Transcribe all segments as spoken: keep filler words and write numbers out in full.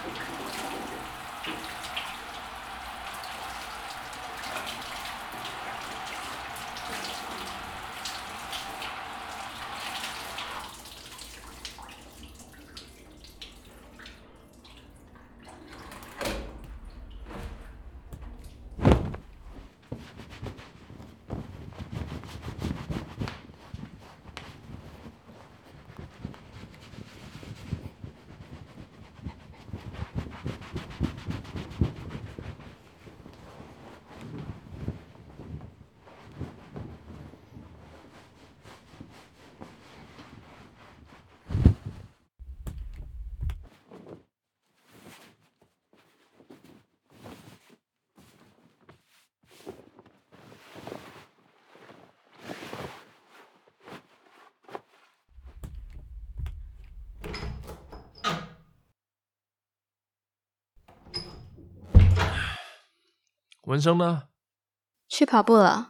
文生呢？ 去跑步了。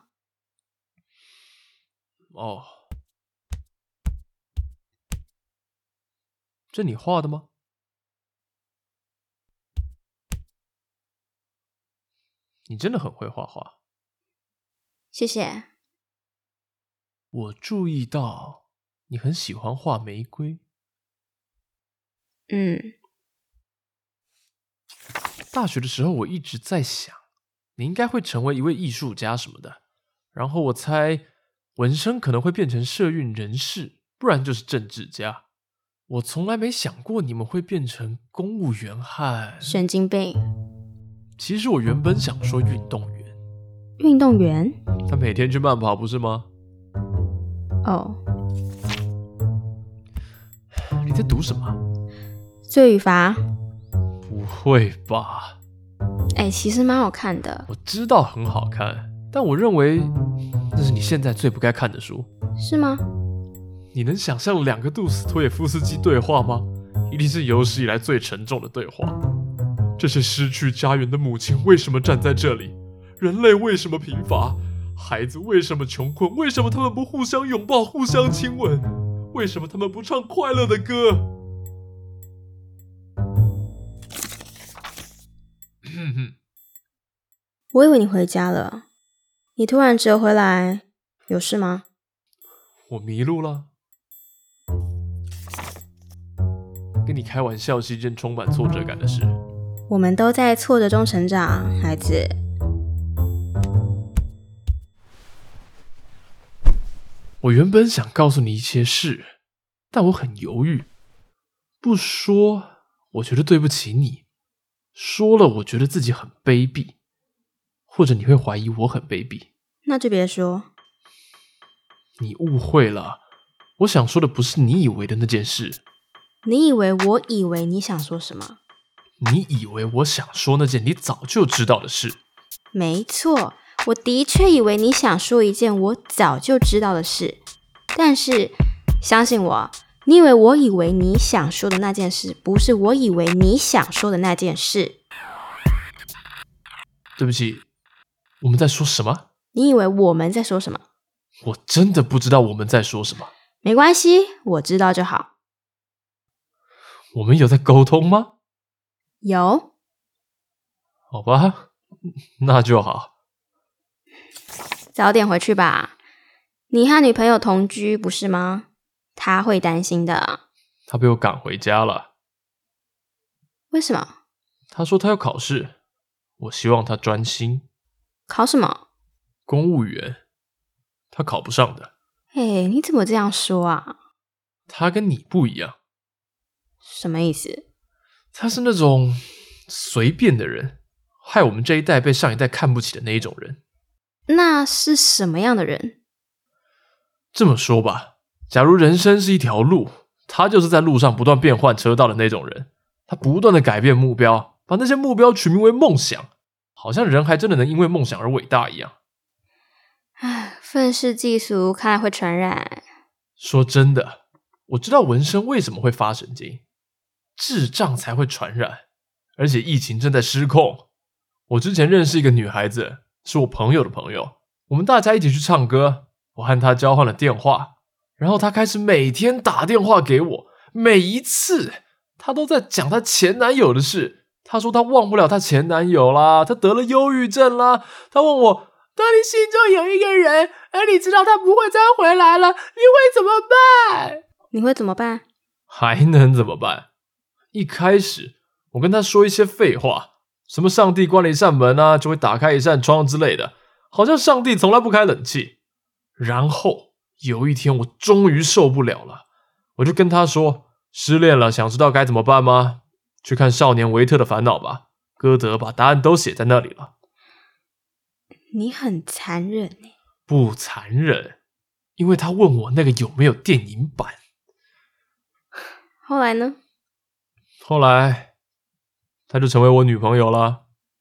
哦，这你画的吗？你真的很会画画。 谢谢。 我注意到你很喜欢画玫瑰。 嗯。 大学的时候我一直在想，你应该会成为一位艺术家什么的，然后我猜文生可能会变成社运人士，不然就是政治家。我从来没想过你们会变成公务员和…… 神经病。 其实我原本想说运动员。 运动员？ 他每天去慢跑不是吗？ 哦。 你在读什么？ 罪与罚。 不会吧？ 哎，其实蛮好看的。 我知道很好看，但我认为那是你现在最不该看的书。 是吗？ 你能想象两个杜斯托也夫斯基对话吗？一定是有史以来最沉重的对话。这些失去家园的母亲为什么站在这里？人类为什么贫乏？孩子为什么穷困？为什么他们不互相拥抱、互相亲吻？为什么他们不唱快乐的歌？ 我以为你回家了，你突然折回来，有事吗？ 我迷路了。跟你开玩笑是一件充满挫折感的事。 我们都在挫折中成长，孩子。 我原本想告诉你一些事，但我很犹豫。不说，我觉得对不起你；说了，我觉得自己很卑鄙，或者你会怀疑我很卑鄙。 那就别说。 你误会了，我想说的不是你以为的那件事。 你以为我以为你想说什么？ 你以为我想说那件你早就知道的事。 没错，我的确以为你想说一件我早就知道的事，但是相信我，你以为我以为你想说的那件事，不是我以为你想说的那件事。 对不起，我们在说什么？ 你以为我们在说什么？ 我真的不知道我们在说什么。 没关系，我知道就好。 我们有在沟通吗？ 有。 好吧，那就好。 早点回去吧，你和女朋友同居不是吗？她会担心的。 她被我赶回家了。 为什么？ 她说她要考试，我希望她专心。 考什么？ 公务员。她考不上的。 嘿，你怎么这样说啊？ 她跟你不一样。 什么意思？ 她是那种随便的人，害我们这一代被上一代看不起的那一种人。 那是什么样的人？ 这么说吧，假如人生是一条路，他就是在路上不断变换车道的那种人。他不断的改变目标，把那些目标取名为梦想，好像人还真的能因为梦想而伟大一样。 唉，愤世嫉俗，看来会传染。 说真的，我知道文生为什么会发神经，智障才会传染，而且疫情正在失控。我之前认识一个女孩子，是我朋友的朋友，我们大家一起去唱歌，我和她交换了电话，然后她开始每天打电话给我，每一次她都在讲她前男友的事。她说她忘不了她前男友啦，她得了忧郁症啦。她问我，当你心中有一个人，而你知道他不会再回来了，你会怎么办？ 你会怎么办？ 还能怎么办？一开始我跟他说一些废话，什么上帝关了一扇门啊，就会打开一扇窗之类的，好像上帝从来不开冷气。然后有一天我终于受不了了，我就跟他说，失恋了，想知道该怎么办吗？去看少年维特的烦恼吧，歌德把答案都写在那里了。 你很残忍耶。 不残忍，因为他问我那个有没有电影版。 后来呢？ 后来他就成为我女朋友了。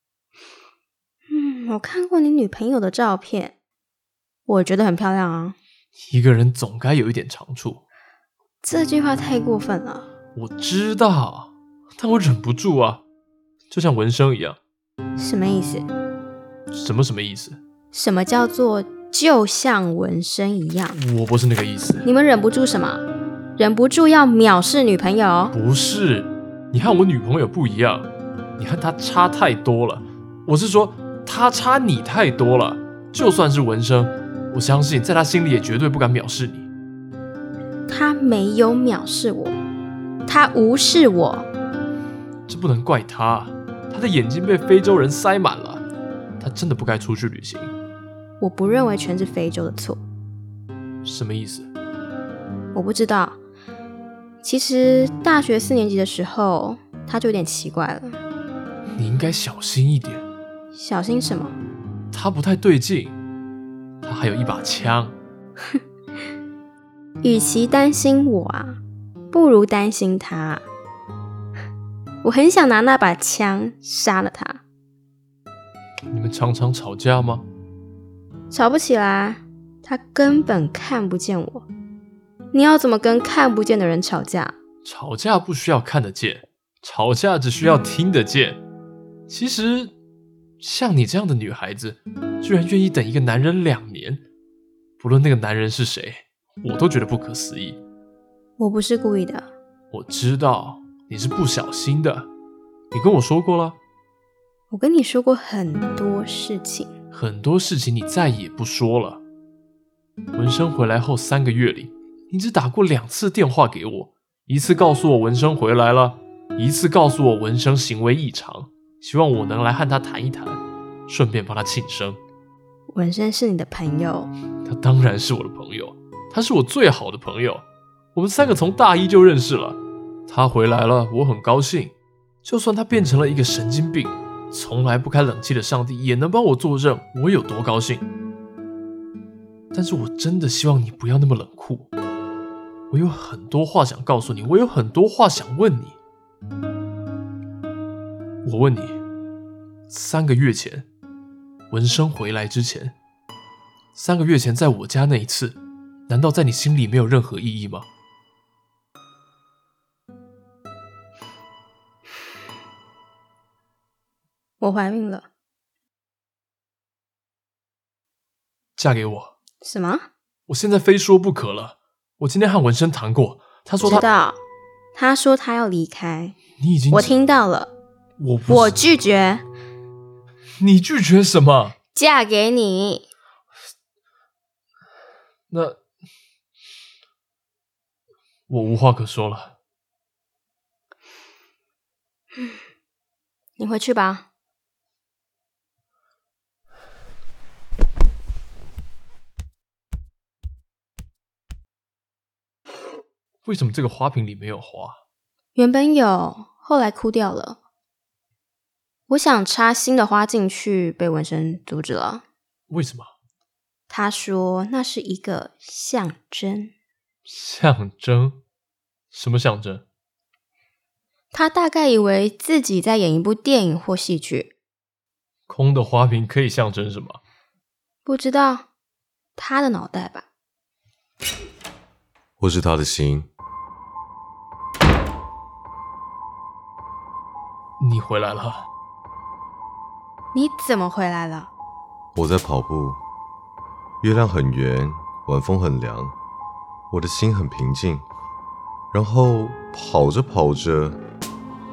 嗯，我看过你女朋友的照片，我觉得很漂亮啊。 一个人总该有一点长处。 这句话太过分了。 我知道，但我忍不住啊，就像文生一样。 什么意思？ 什么什么意思？ 什么叫做就像文生一样？ 我不是那个意思。 你们忍不住什么？忍不住要藐视女朋友？ 不是，你和我女朋友不一样，你和她差太多了。我是说，她差你太多了。就算是文生，我相信在她心里也绝对不敢藐视你。 她没有藐视我，她无视我。 这不能怪她，她的眼睛被非洲人塞满了。她真的不该出去旅行。 我不认为全是非洲的错。 什么意思？ 我不知道。其实大学四年级的时候，他就有点奇怪了。 你应该小心一点。 小心什么？ 他不太对劲，他还有一把枪。 与其担心我啊，不如担心他。我很想拿那把枪杀了他。 你们常常吵架吗？ 吵不起来，他根本看不见我。你要怎么跟看不见的人吵架？ 吵架不需要看得见，吵架只需要听得见。其实，像你这样的女孩子，居然愿意等一个男人两年，不论那个男人是谁，我都觉得不可思议。 我不是故意的。 我知道你是不小心的，你跟我说过了。 我跟你说过很多事情， 很多事情你再也不说了。文生回来后三个月里，你只打过两次电话给我，一次告诉我文生回来了，一次告诉我文生行为异常，希望我能来和他谈一谈，顺便帮他庆生。 文生是你的朋友？ 他当然是我的朋友，他是我最好的朋友，我们三个从大一就认识了。他回来了，我很高兴，就算他变成了一个神经病，从来不开冷气的上帝也能帮我作证，我有多高兴。但是我真的希望你不要那么冷酷，我有很多话想告诉你，我有很多话想问你。我问你，三个月前文生回来之前，三个月前在我家那一次，难道在你心里没有任何意义吗？ 我怀孕了。 嫁给我。 什么？ 我现在非说不可了。我今天和文生谈过，他说他知道，他说他要离开。 你已经我听到了。 我不我拒绝。 你拒绝什么？ 嫁给你。 那我无话可说了。 你回去吧。 为什么这个花瓶里没有花？ 原本有，后来枯掉了。我想插新的花进去，被文生阻止了。 为什么？ 他说那是一个象征。 象征？什么象征？ 他大概以为自己在演一部电影或戏剧。 空的花瓶可以象征什么？ 不知道，他的脑袋吧。 或是他的心。 你回来了。 你怎么回来了？ 我在跑步，月亮很圆，晚风很凉，我的心很平静。然后跑着跑着，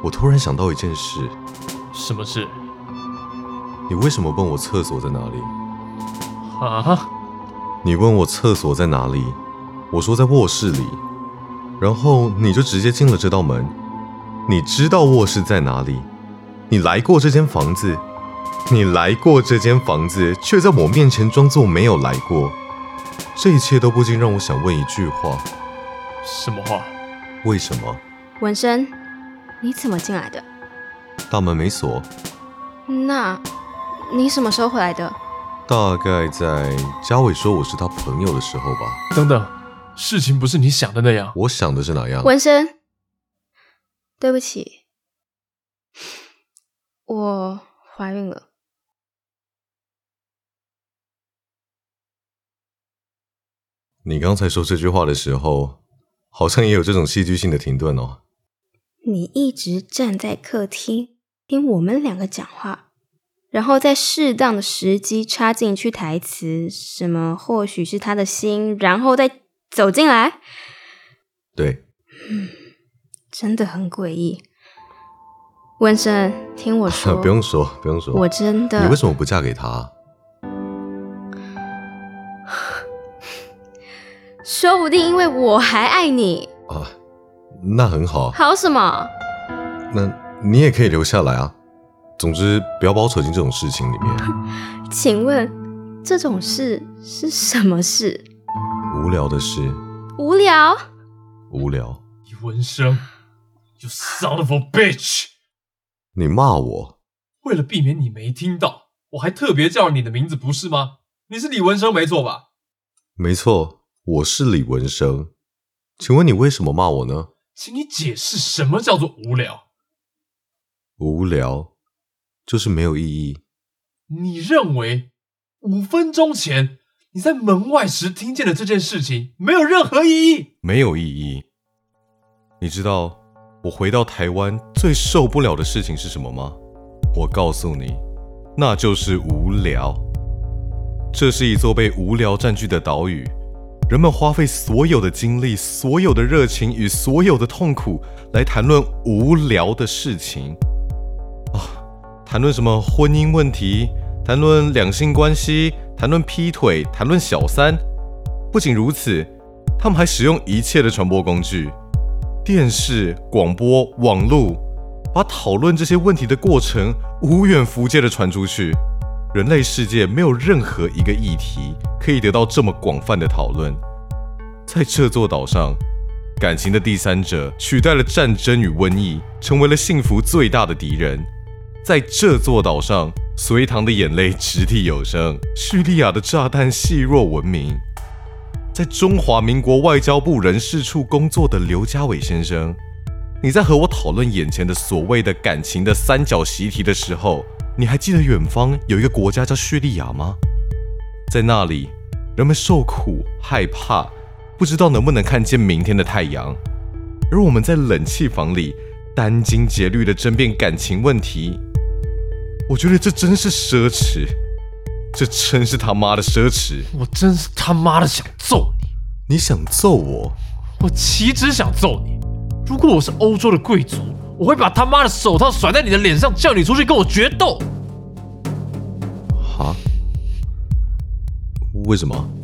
我突然想到一件事。 什么事？ 你为什么问我厕所在哪里？ 啊？ 你问我厕所在哪里，我说在卧室里，然后你就直接进了这道门。你知道卧室在哪里？你来过这间房子，你来过这间房子，却在我面前装作没有来过。这一切都不禁让我想问一句话： 什么话？ 为什么？ 文生，你怎么进来的？ 大门没锁。 那你什么时候回来的？ 大概在嘉伟说我是他朋友的时候吧。 等等，事情不是你想的那样。 我想的是哪样？ 文生，对不起，我怀孕了。 你刚才说这句话的时候，好像也有这种戏剧性的停顿哦。 你一直站在客厅听我们两个讲话，然后在适当的时机插进去台词，什么或许是他的心，然后再走进来。 对， 嗯，真的很诡异。文生，听我说。 不用说，不用说。 我真的。 你为什么不嫁给他？ 说不定因为我还爱你啊，那很好。 好什么？ 那你也可以留下来啊。总之，不要把我扯进这种事情里面。 请问，这种事是什么事？ 无聊的事。 无聊？ 无聊。 李文生 ，You son of a bitch！ 你骂我？ 为了避免你没听到，我还特别叫你的名字，不是吗？你是李文生，没错吧？ 没错。我是李文生，请问你为什么骂我呢？ 请你解释什么叫做无聊。 无聊就是没有意义。 你认为五分钟前你在门外时听见的这件事情没有任何意义？ 没有意义。你知道我回到台湾最受不了的事情是什么吗？我告诉你，那就是无聊。这是一座被无聊占据的岛屿。人们花费所有的精力、所有的热情与所有的痛苦来谈论无聊的事情啊，谈论什么婚姻问题，谈论两性关系，谈论劈腿，谈论小三。不仅如此，他们还使用一切的传播工具，电视、广播、网络，把讨论这些问题的过程无远弗届地传出去。人类世界没有任何一个议题可以得到这么广泛的讨论。在这座岛上，感情的第三者取代了战争与瘟疫，成为了幸福最大的敌人。在这座岛上，隋唐的眼泪掷地有声，叙利亚的炸弹细若闻名。在中华民国外交部人事处工作的刘家伟先生，你在和我讨论眼前的所谓的感情的三角习题的时候，你还记得远方有一个国家叫叙利亚吗？在那里，人们受苦、害怕，不知道能不能看见明天的太阳。而我们在冷气房里殚精竭虑地争辩感情问题，我觉得这真是奢侈，这真是他妈的奢侈！ 我真是他妈的想揍你！ 你想揍我？ 我岂止想揍你！如果我是欧洲的贵族，我会把他妈的手套甩在你的脸上，叫你出去跟我决斗！ 哈？为什么？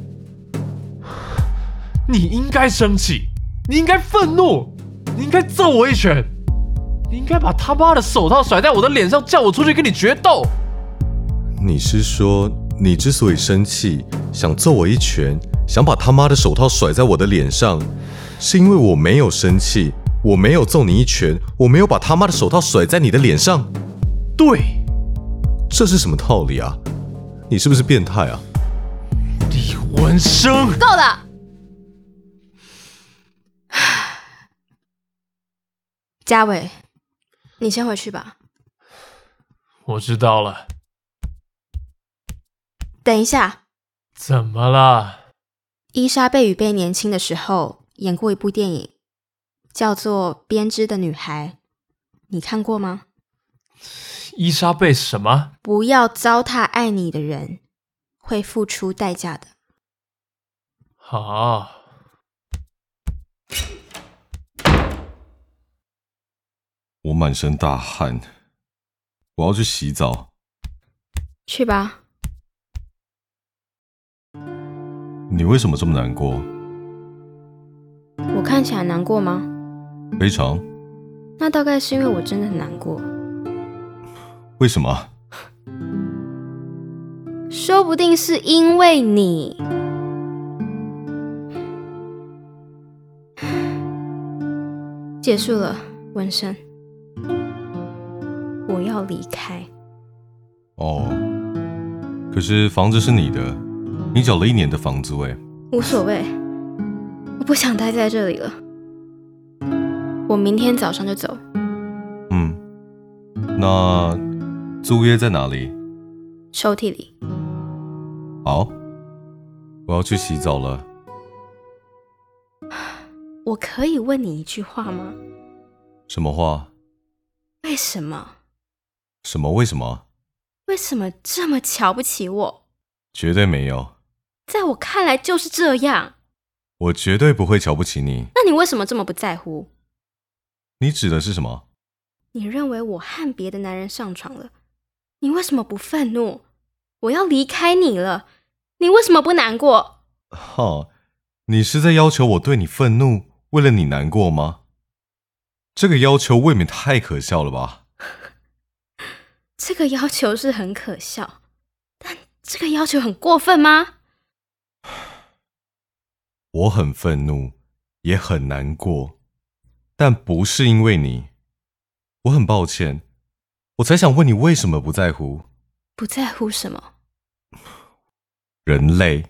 你应该生气，你应该愤怒，你应该揍我一拳，你应该把他妈的手套甩在我的脸上，叫我出去跟你决斗！ 你是说，你之所以生气，想揍我一拳，想把他妈的手套甩在我的脸上，是因为我没有生气，我没有揍你一拳，我没有把他妈的手套甩在你的脸上？ 对， 这是什么道理啊？你是不是变态啊？ 李文生， 够了！嘉伟，你先回去吧。 我知道了。 等一下。 怎么了？ 伊莎贝·雨贝年轻的时候演过一部电影，叫做《编织的女孩》，你看过吗？ 伊莎贝什么？ 不要糟蹋爱你的人，会付出代价的。 好。 我满身大汗，我要去洗澡。 去吧。 你为什么这么难过？ 我看起来难过吗？ 非常。 那大概是因为我真的很难过。 为什么？ 说不定是因为你。结束了，文生，我要离开。 哦，可是房子是你的，你缴了一年的房租哎。 无所谓，我不想待在这里了。我明天早上就走。 嗯，那租约在哪里？ 抽屉里。 好，我要去洗澡了。 我可以问你一句话吗？ 什么话？ 为什么？ 什么？为什么？ 为什么这么瞧不起我？ 绝对没有。 在我看来就是这样。 我绝对不会瞧不起你。 那你为什么这么不在乎？ 你指的是什么？ 你认为我和别的男人上床了，你为什么不愤怒？我要离开你了，你为什么不难过？ 哈，你是在要求我对你愤怒，为了你难过吗？这个要求未免太可笑了吧？ 这个要求是很可笑，但这个要求很过分吗？ 我很愤怒，也很难过，但不是因为你。我很抱歉，我才想问你为什么不在乎？ 不在乎什么？ 人类。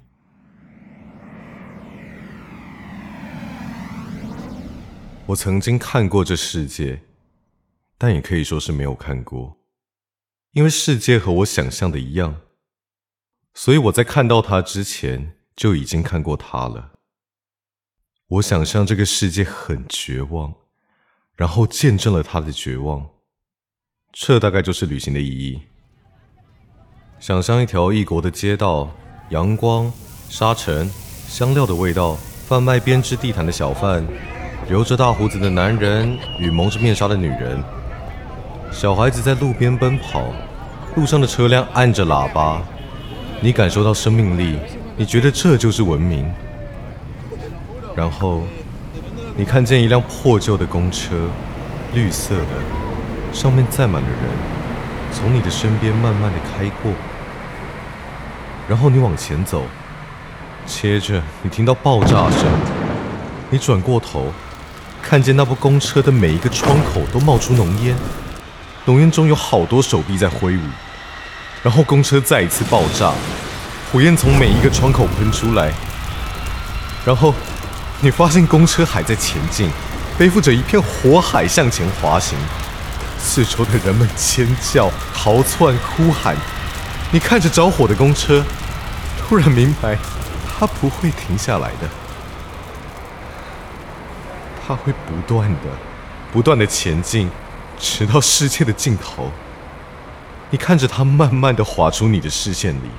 我曾经看过这世界，但也可以说是没有看过。因为世界和我想象的一样，所以我在看到它之前就已经看过它了。我想象这个世界很绝望，然后见证了它的绝望，这大概就是旅行的意义。想象一条异国的街道，阳光、沙尘、香料的味道，贩卖编织地毯的小贩，留着大胡子的男人与蒙着面纱的女人，小孩子在路边奔跑，路上的车辆按着喇叭，你感受到生命力，你觉得这就是文明。然后你看见一辆破旧的公车，绿色的，上面载满了人，从你的身边慢慢的开过。然后你往前走，接着你听到爆炸声，你转过头，看见那部公车的每一个窗口都冒出浓烟，浓烟中有好多手臂在挥舞。然后公车再一次爆炸，火焰从每一个窗口喷出来。然后你发现公车还在前进，背负着一片火海向前滑行，四周的人们尖叫、逃窜、呼喊。你看着着火的公车，突然明白，它不会停下来的，它会不断的、不断的前进，直到世界的尽头。你看着它慢慢的滑出你的视线里。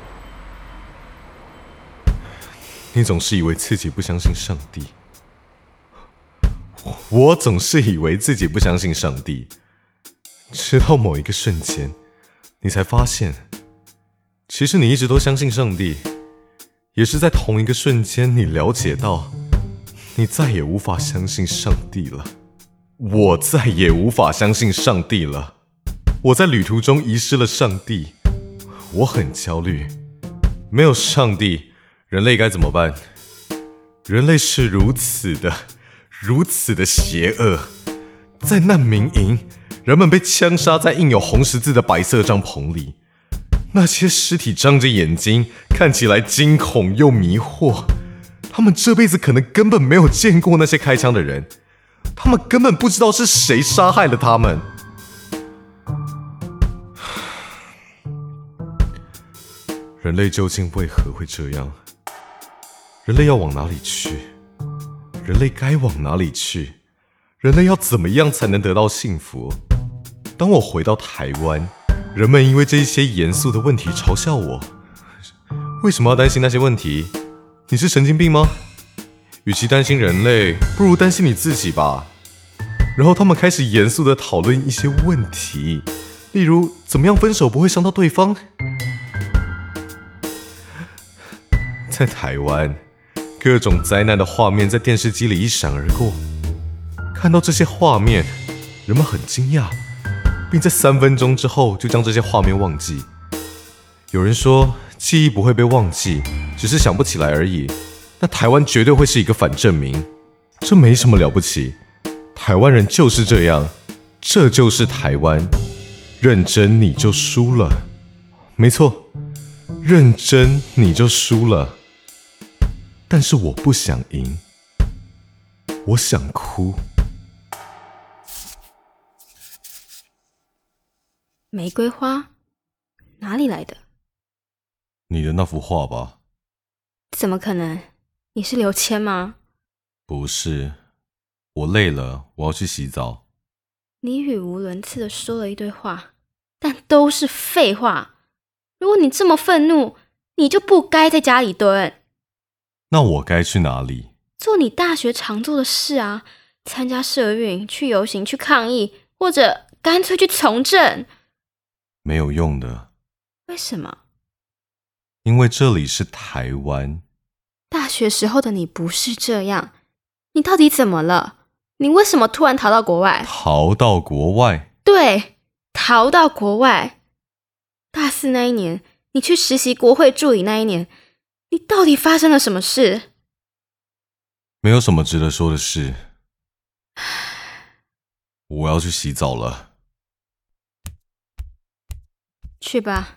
你总是以为自己不相信上帝，我总是以为自己不相信上帝，直到某一个瞬间，你才发现，其实你一直都相信上帝，也是在同一个瞬间，你了解到，你再也无法相信上帝了。我再也无法相信上帝了。我在旅途中遗失了上帝，我很焦虑。没有上帝，人类该怎么办？人类是如此的、如此的邪恶。在难民营，人们被枪杀在印有红十字的白色帐篷里，那些尸体张着眼睛，看起来惊恐又迷惑。他们这辈子可能根本没有见过那些开枪的人，他们根本不知道是谁杀害了他们。人类究竟为何会这样？人类要往哪里去？人类该往哪里去？人类要怎么样才能得到幸福？当我回到台湾，人们因为这些严肃的问题嘲笑我。为什么要担心那些问题？你是神经病吗？与其担心人类，不如担心你自己吧。 然后他们开始严肃地讨论一些问题，例如怎么样分手不会伤到对方。在台湾，各种灾难的画面在电视机里一闪而过。看到这些画面，人们很惊讶，并在三分钟之后就将这些画面忘记。有人说，记忆不会被忘记，只是想不起来而已。那台湾绝对会是一个反证明，这没什么了不起。台湾人就是这样，这就是台湾。认真你就输了，没错，认真你就输了。但是我不想赢，我想哭。 玫瑰花哪里来的？ 你的那幅画吧？ 怎么可能？你是刘谦吗？ 不是，我累了，我要去洗澡。 你语无伦次的说了一堆话，但都是废话。如果你这么愤怒，你就不该在家里蹲。 那我该去哪里？ 做你大学常做的事啊，参加社运，去游行，去抗议，或者干脆去从政。 没有用的。 为什么？ 因为这里是台湾。 大学时候的你不是这样，你到底怎么了？你为什么突然逃到国外？ 逃到国外？ 对，逃到国外。大四那一年，你去实习国会助理那一年，你到底发生了什么事？ 没有什么值得说的事。我要去洗澡了。 去吧，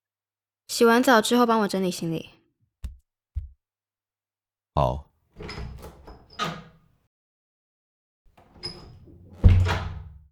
洗完澡之后帮我整理行李。 好。